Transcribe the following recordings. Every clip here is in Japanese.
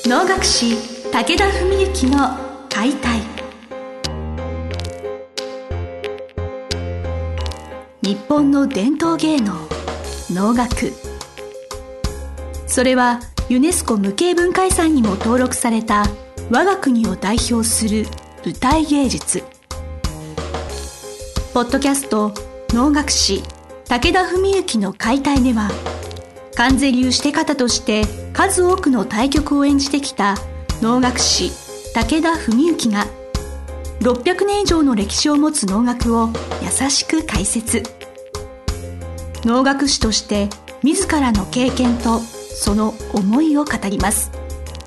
能楽師武田文幸の解体。日本の伝統芸能能楽、それはユネスコ無形文化遺産にも登録された我が国を代表する舞台芸術。ポッドキャスト能楽師武田文幸の解体では、観世流して方として数多くの大曲を演じてきた能楽師武田文幸が600年以上の歴史を持つ能楽を優しく解説。能楽師として自らの経験とその思いを語ります。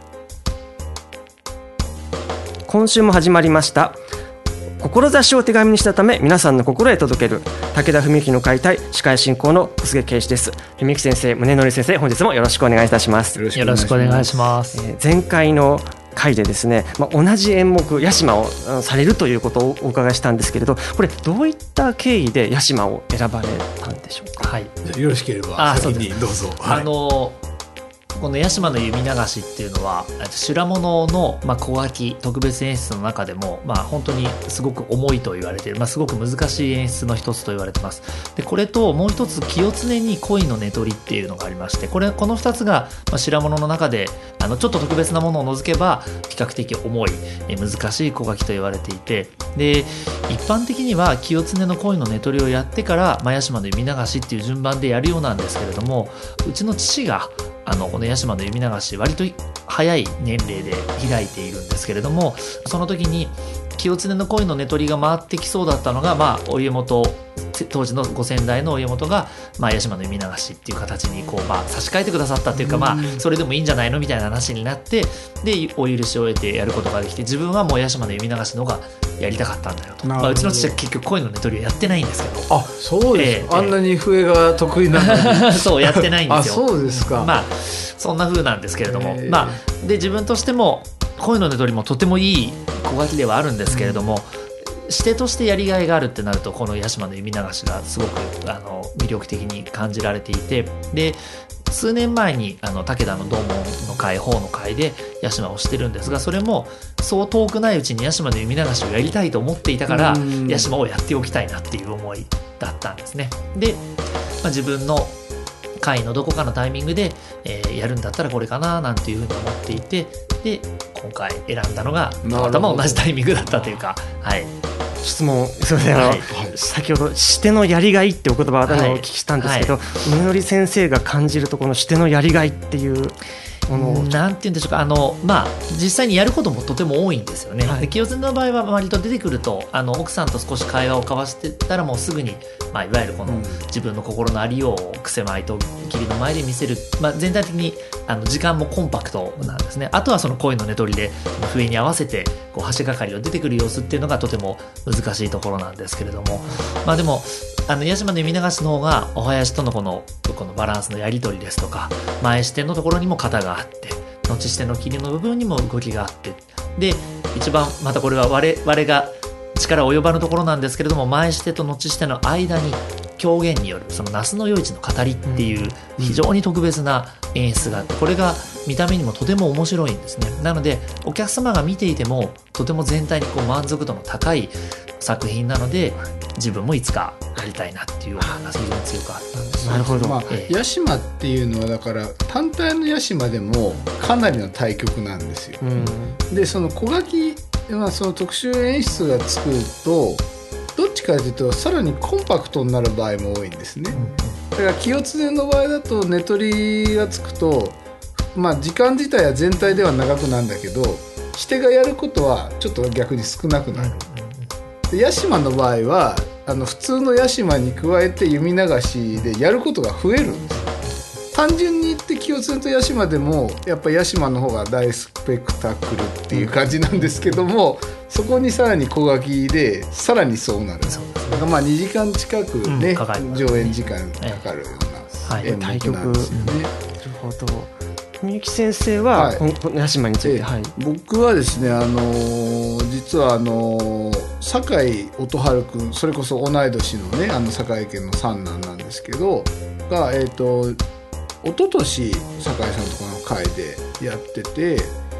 今週も始まりました志を手紙にしたため皆さんの心へ届ける武田文幸の解体、司会進行の小菅圭司です。文幸先生、宗則先生、本日もよろしくお願いいたします。 よろしくお願いします。 前回の回でですね、同じ演目屋島をされるということをお伺いしたんですけれど、これどういった経緯で屋島を選ばれたんでしょうか。 はい、 よろしければ先にどうぞ。 この屋島の弓流しっていうのは修羅物の小書特別演出の中でも本当にすごく重いと言われている、すごく難しい演出の一つと言われています。でこれともう一つ清常に恋の寝取りっていうのがありまして、この2つが修羅物の中でちょっと特別なものを除けば比較的重い難しい小書と言われていて、で一般的には清常の恋の寝取りをやってから屋島の弓流しっていう順番でやるようなんですけれども、うちの父がこの屋島の弓流し割と早い年齢で開いているんですけれども、その時に清常の恋の寝取りが回ってきそうだったのが、お家元、当時のご先代のお家元が、屋島の弓流しっていう形に差し替えてくださったっていうか、それでもいいんじゃないのみたいな話になって、でお許しを得てやることができて、自分はもう屋島の弓流しの方がやりたかったんだよと。うちの父は結局恋の寝取りをやってないんですけど。 あ、そうですか。あんなに笛が得意なのにそうやってないんですよ。 あ、そうですか。 そんな風なんですけれども、で自分としても恋の寝取りもとてもいい小書きではあるんですけれども、師弟としてやりがいがあるってなると、この屋島の弓流しがすごく魅力的に感じられていて、で数年前に武田の同門の会、法の会で屋島をしてるんですが、それもそう遠くないうちに屋島の弓流しをやりたいと思っていたから、屋島をやっておきたいなっていう思いだったんですね。で、自分の会のどこかのタイミングで、やるんだったらこれかななんていうふうに思っていて、で今回選んだのがたまたま同じタイミングだったというか。はい、 質問、すみません、先ほど師弟のやりがいってお言葉をお聞きしたんですけど、宗則先生が感じるとこの師弟のやりがいっていうものをなんて言うんでしょうか。実際にやることもとても多いんですよね。で清常の場合は割と出てくると奥さんと少し会話を交わしてたらもうすぐに、いわゆるこの自分の心のありようを曲舞と霧の前で見せる、全体的に時間もコンパクトなんですね。あとはその恋の寝取りで笛に合わせて橋がかりを出てくる様子っていうのがとても難しいところなんですけれども、でも屋島の弓流しの方がお囃子とのこのバランスのやり取りですとか、前視点のところにも型があって、後視点の霧の部分にも動きがあって、で一番またこれは我が力及ばぬところなんですけれども、前視点と後視点の間に狂言によるその那須与一の語りっていう非常に特別な演出があって、これが見た目にもとても面白いんですね。なのでお客様が見ていてもとても全体に満足度の高い作品なので、自分もいつかやりたいなっていう思いが非常に強くあったんです。 なるほど。 屋島っていうのはだから単体の屋島でもかなりの大曲なんですよ。でその小書き、その特殊演出がつくとどっちかというとさらにコンパクトになる場合も多いんですね。だから清常の場合だと寝取りがつくと、時間自体は全体では長くなるんだけど、師弟がやることはちょっと逆に少なくなる。で屋島の場合は普通の屋島に加えて弓流しでやることが増えるんです。単純に言って清常と屋島でもやっぱ屋島の方が大スペクタクルっていう感じなんですけども、そこにさらに小書きでさらにそうなる。だから2時間近くね、上演時間かかるような演目なんですよね。 なるほど。文幸先生はこの屋島について、 僕はですね、実は酒井音春君、それこそ同い年のね酒井家の三男なんですけどが一昨年酒井さんとこの会でやってて、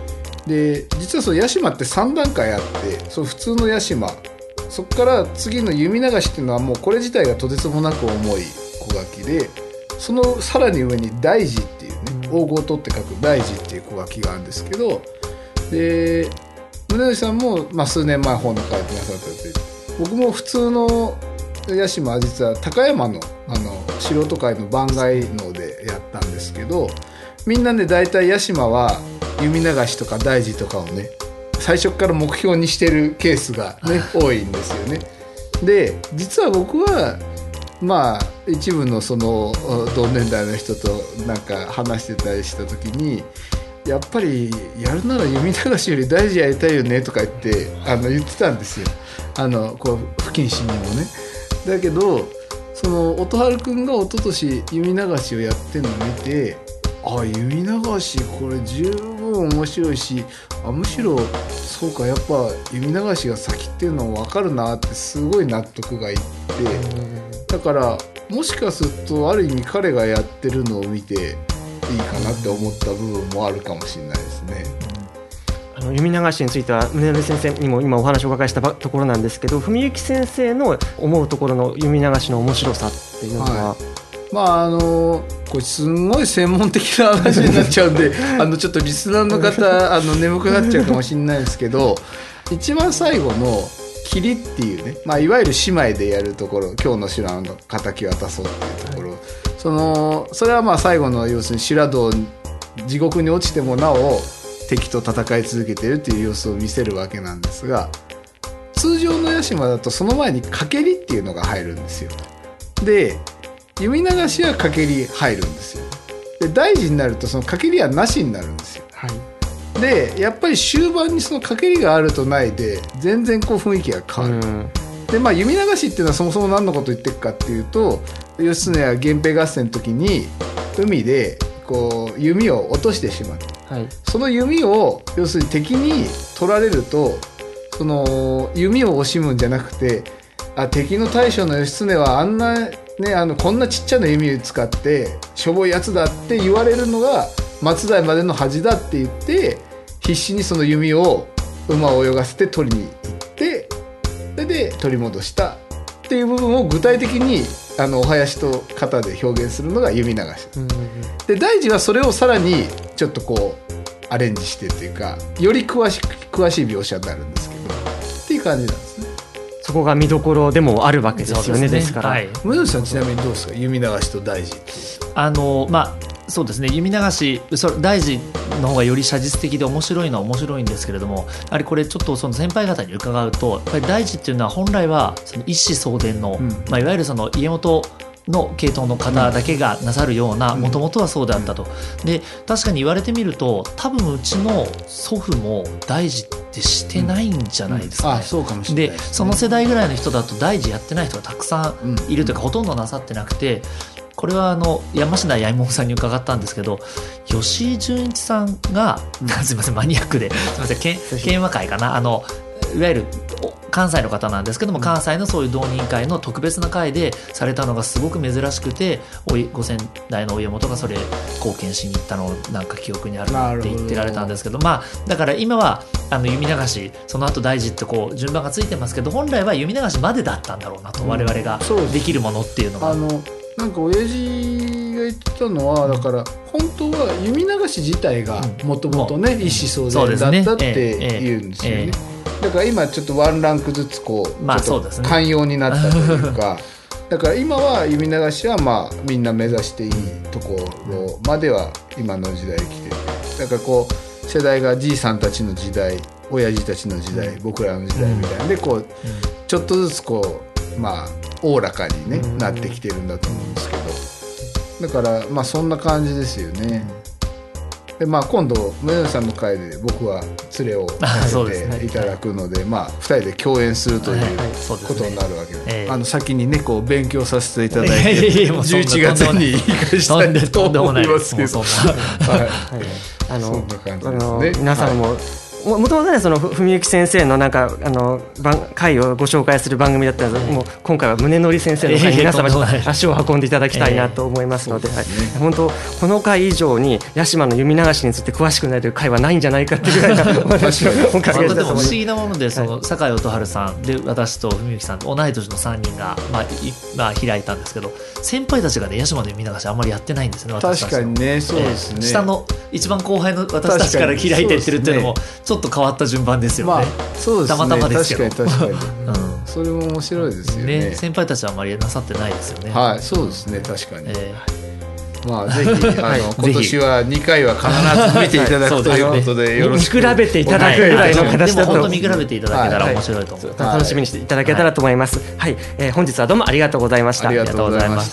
で実はその屋島って3段階あって、その普通の屋島、そこから次の弓流しっていうのはもうこれ自体がとてつもなく重い小書きで、そのさらに上に大字っていうね、大ごとって書く大字っていう小書きがあるんですけど、で宗則さんも、数年前本の書いてなさったって、僕も普通の屋島は実は高山の素人会の番外のでやったんですけど、みんなね大体屋島は弓流しとか大字とかをね最初から目標にしてるケースがね多いんですよね。で実は僕は一部のその同年代の人となんか話してたりした時に、やっぱりやるなら弓流しより大事やりたいよねとか言って言ってたんですよ、こう不謹慎にもね。だけどその音春くんが一昨年弓流しをやってるのを見て、弓流しこれ十分面白いし、むしろそうか、やっぱ弓流しが先っていうの分かるなってすごい納得がいって、だからもしかするとある意味彼がやってるのを見ていいかなって思った部分もあるかもしれないですね。 弓流しについては宗則先生にも今お話をお伺いしたところなんですけど、文幸先生の思うところの弓流しの面白さっていうのは、 これすごい専門的な話になっちゃうんでちょっとリスナーの方眠くなっちゃうかもしれないですけど、一番最後の霧っていうね、いわゆる姉妹でやるところ、今日の修羅の敵渡そうっていうところ、それは最後の要するに修羅道地獄に落ちてもなお敵と戦い続けているっていう様子を見せるわけなんですが、通常の屋島だとその前にかけりっていうのが入るんですよ。で弓流しはかけり入るんですよ。で大事になるとそのかけりはなしになるんですよ。でやっぱり終盤にそのかけりがあるとないで全然こう雰囲気が変わる。で弓流しっていうのはそもそも何のこと言ってるかっていうと、義経や源平合戦の時に海でこう弓を落としてしまう、その弓を要するに敵に取られると、その弓を惜しむんじゃなくて、敵の大将の義経はあんなこんなちっちゃな弓を使ってしょぼいやつだって言われるのが松代までの恥だって言って、必死にその弓を馬を泳がせて取りに行って、それで取り戻したっていう部分を具体的にお囃子と型で表現するのが弓流し、で大事はそれをさらにちょっとこうアレンジしてっていうか、より詳しい描写になるんですけどっていう感じなんですね。 そこが見どころでもあるわけですよね。ですから、 宗則さんちなみにどうですか、弓流しと大事って。 そうですね、弓流し大事の方がより写実的で面白いのは面白いんですけれども、やはりこれちょっとその先輩方に伺うと、やっぱり大事っていうのは本来はその一子相伝の、いわゆるその家元の系統の方だけがなさるような、もともとはそうであったと。で確かに言われてみると、多分うちの祖父も大事ってしてないんじゃないですかね。 そうかもしれないでその世代ぐらいの人だと大事やってない人がたくさんいるというか、ほとんどなさってなくて、これは山科八右衛門さんに伺ったんですけど、吉井純一さんが、すいませんマニアックで、すいません研話会かな、いわゆる関西の方なんですけども、関西のそういう同人会の特別な会でされたのがすごく珍しくて、ご先代のお家元がそれ貢献しに行ったのをなんか記憶にあるって言ってられたんですけど、だから今は弓流し、その後大事ってこう順番がついてますけど、本来は弓流しまでだったんだろうなと、我々ができるものっていうのが、 なんか親父が言ってたのは、だから本当は弓流し自体がもともとね一子相伝だったって言うんですよね。だから今ちょっとワンランクずつこうちょっと寛容になったというか、だから今は弓流しはみんな目指していいところまでは今の時代来てて、だからこう世代がじいさんたちの時代、親父たちの時代、僕らの時代みたいなで、こうちょっとずつこうおおらかに、なってきてるんだと思うんですけど、だからそんな感じですよね。で今度宗則さんの会で僕は連れをさせていただくので、2人で共演するということになるわけで、先にねこう勉強させていただいて11月に行かしたいと思いますけど、そんな感じですね。 皆さんももともとねその文幸先生のなんか回をご紹介する番組だったので、もう今回は宗則先生の回に皆様ちょっと足を運んでいただきたいなと思いますので、本当この回以上に屋島の弓流しについて詳しくないという回はないんじゃないかっていうぐらいのお話をお伺いしたと思います。 でも不思議なもので、その酒井音春さんで私と文幸さんと同い年の3人が開いたんですけど、先輩たちがね屋島の弓流しあんまりやってないんですね。私たち確かにね、そうですね。 下の一番後輩の私たちから開いてってるっていうのもちょっと変わった順番ですよね。 そうですね。 たまたまですけど。 確かにそれも面白いですよね。 先輩たちはあまりなさってないですよね。 はい、そうですね、確かに。ぜひ今年は2回は必ず見ていただくということでよろしく。 見比べていただくぐらいの形だと。 でも本当見比べていただけたら面白いと思う。 楽しみにしていただけたらと思います。はい、本日はどうもありがとうございました。 ありがとうございました。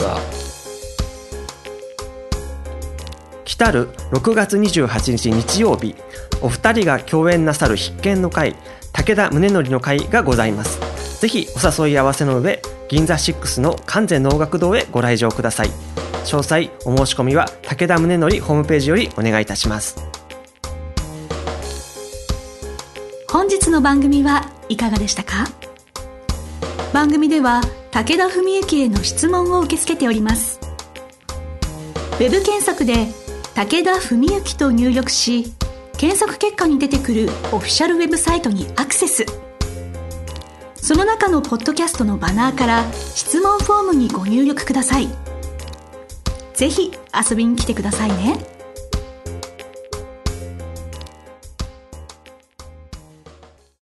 来たる6月28日日曜日、お二人が共演なさる必見の会、武田宗則の会がございます。ぜひお誘い合わせの上、銀座6の関西能楽堂へご来場ください。詳細お申し込みは武田宗則ホームページよりお願いいたします。 本日の番組はいかがでしたか？番組では武田文幸への質問を受け付けております。ウェブ検索で武田文幸と入力し、検索結果に出てくるオフィシャルウェブサイトにアクセス。その中のポッドキャストのバナーから質問フォームにご入力ください。ぜひ遊びに来てくださいね。